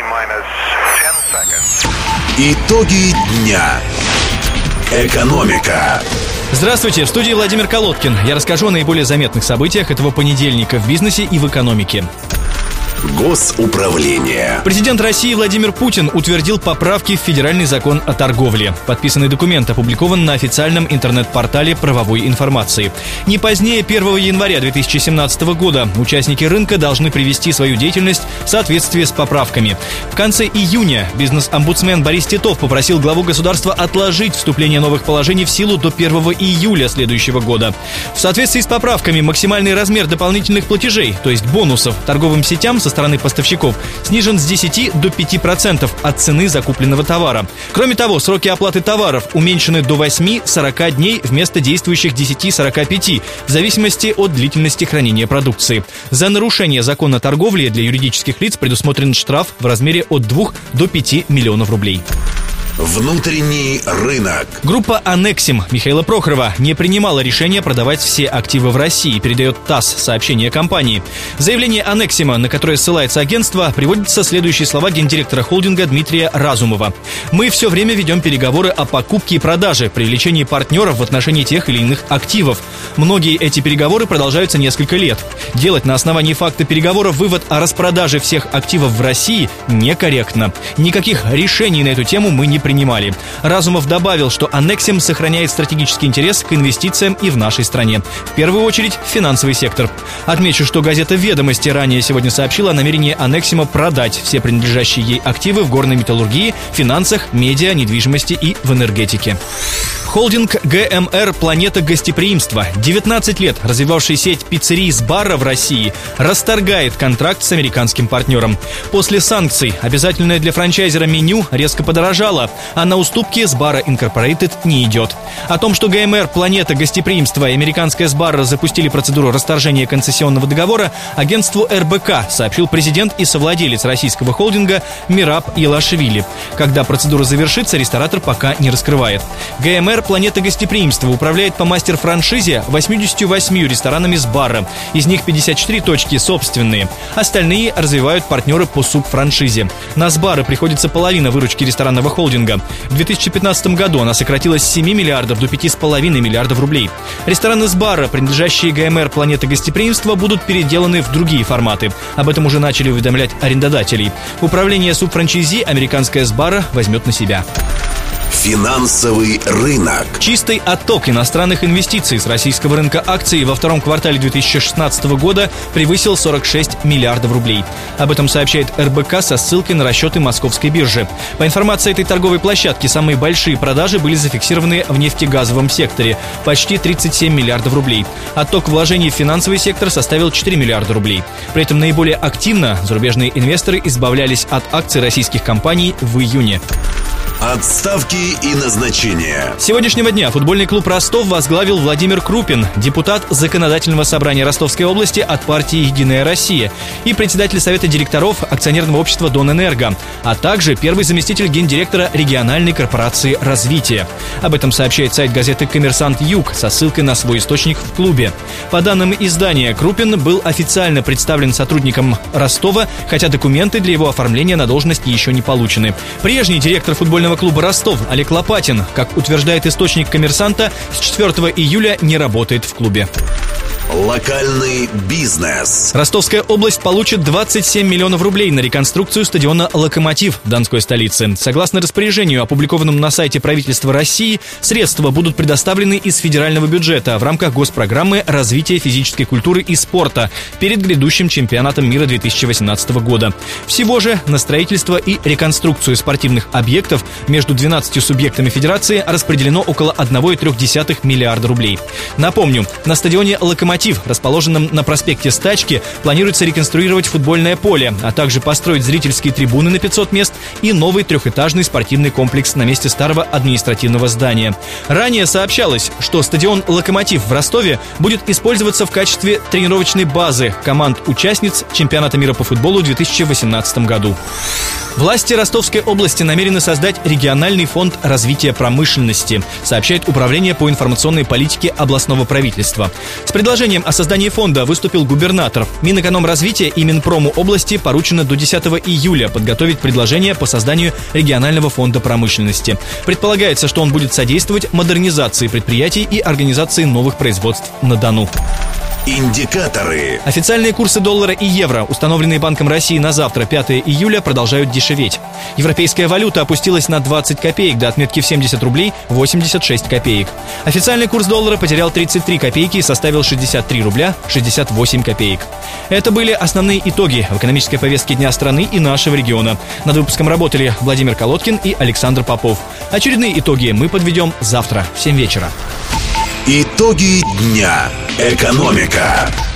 Итоги дня. Экономика. Здравствуйте, в студии Владимир Колодкин. Я расскажу о наиболее заметных событиях этого понедельника в бизнесе и в экономике. Госуправление. Президент России Владимир Путин утвердил поправки в Федеральный закон о торговле. Подписанный документ опубликован на официальном интернет-портале правовой информации. Не позднее 1 января 2017 года участники рынка должны привести свою деятельность в соответствии с поправками. В конце июня бизнес-омбудсмен Борис Титов попросил главу государства отложить вступление новых положений в силу до 1 июля следующего года. В соответствии с поправками максимальный размер дополнительных платежей, то есть бонусов, торговым сетям со стороны поставщиков снижен с 10 до 5% от цены закупленного товара. Кроме того, сроки оплаты товаров уменьшены до 8-40 дней вместо действующих 10-45, в зависимости от длительности хранения продукции. За нарушение закона торговли для юридических лиц предусмотрен штраф в размере от 2 до 5 миллионов рублей. Внутренний рынок. Группа «Аннексим» Михаила Прохорова не принимала решение продавать все активы в России, передает ТАСС сообщение компании. В заявлении «Аннексима», на которое ссылается агентство, приводятся следующие слова гендиректора холдинга Дмитрия Разумова. «Мы все время ведем переговоры о покупке и продаже, привлечении партнеров в отношении тех или иных активов. Многие эти переговоры продолжаются несколько лет. Делать на основании факта переговоров вывод о распродаже всех активов в России некорректно. Никаких решений на эту тему мы не принимали». Разумов добавил, что «Аннексим» сохраняет стратегический интерес к инвестициям и в нашей стране. В первую очередь в финансовый сектор. Отмечу, что газета «Ведомости» ранее сегодня сообщила о намерении «Аннексима» продать все принадлежащие ей активы в горной металлургии, финансах, медиа, недвижимости и в энергетике. Холдинг ГМР «Планета гостеприимства», 19 лет развивавший сеть пиццерий «Сбарра» в России, расторгает контракт с американским партнером. После санкций обязательное для франчайзера меню резко подорожало, а на уступки «Сбарра Инкорпорейтед» не идет. О том, что ГМР «Планета гостеприимства» и американская «Сбарра» запустили процедуру расторжения концессионного договора, агентству РБК сообщил президент и совладелец российского холдинга Мираб Елашвили. Когда процедура завершится, ресторатор пока не раскрывает. ГМР «Планета гостеприимства» управляет по мастер-франшизе 88 ресторанами «Сбарра». Из них 54 точки собственные. Остальные развивают партнеры по субфраншизе. На «Сбарра» приходится половина выручки ресторанного холдинга. В 2015 году она сократилась с 7 миллиардов до 5,5 миллиардов рублей. Рестораны «Сбарра», принадлежащие ГМР «Планета гостеприимства», будут переделаны в другие форматы. Об этом уже начали уведомлять арендодателей. Управление субфраншизи американская «Сбарра» возьмет на себя. Финансовый рынок. Чистый отток иностранных инвестиций с российского рынка акций во втором квартале 2016 года превысил 46 миллиардов рублей. Об этом сообщает РБК со ссылкой на расчеты Московской биржи. По информации этой торговой площадки, самые большие продажи были зафиксированы в нефтегазовом секторе – почти 37 миллиардов рублей. Отток вложений в финансовый сектор составил 4 миллиарда рублей. При этом наиболее активно зарубежные инвесторы избавлялись от акций российских компаний в июне. Отставки и назначения. С сегодняшнего дня футбольный клуб «Ростов» возглавил Владимир Крупин, депутат Законодательного собрания Ростовской области от партии «Единая Россия» и председатель Совета директоров акционерного общества «Донэнерго», а также первый заместитель гендиректора региональной корпорации развития. Об этом сообщает сайт газеты «Коммерсант Юг» со ссылкой на свой источник в клубе. По данным издания, Крупин был официально представлен сотрудникам Ростова, хотя документы для его оформления на должность еще не получены. Прежний директор футбольного клуба «Ростов» Олег Лопатин, как утверждает источник «Коммерсанта», с 4 июля не работает в клубе. Локальный бизнес. Ростовская область получит 27 миллионов рублей на реконструкцию стадиона «Локомотив» в Донской столице. Согласно распоряжению, опубликованному на сайте правительства России, средства будут предоставлены из федерального бюджета в рамках госпрограммы развития физической культуры и спорта перед грядущим чемпионатом мира 2018 года. Всего же на строительство и реконструкцию спортивных объектов между 12 субъектами федерации распределено около 1,3 миллиарда рублей. Напомню, на стадионе «Локомотив», расположенном на проспекте Стачки, планируется реконструировать футбольное поле, а также построить зрительские трибуны на 500 мест и новый трехэтажный спортивный комплекс на месте старого административного здания. Ранее сообщалось, что стадион «Локомотив» в Ростове будет использоваться в качестве тренировочной базы команд-участниц чемпионата мира по футболу в 2018 году. Власти Ростовской области намерены создать региональный фонд развития промышленности, сообщает Управление по информационной политике областного правительства. С предложением предложением о создании фонда выступил губернатор. Минэкономразвития и Минпрому области поручено до 10 июля подготовить предложение по созданию регионального фонда промышленности. Предполагается, что он будет содействовать модернизации предприятий и организации новых производств на Дону. Индикаторы. Официальные курсы доллара и евро, установленные Банком России на завтра, 5 июля, продолжают дешеветь. Европейская валюта опустилась на 20 копеек до отметки в 70 рублей 86 копеек. Официальный курс доллара потерял 33 копейки и составил 63 рубля 68 копеек. Это были основные итоги в экономической повестке дня страны и нашего региона. Над выпуском работали Владимир Колодкин и Александр Попов. Очередные итоги мы подведем завтра в 7 вечера. Итоги дня. Экономика.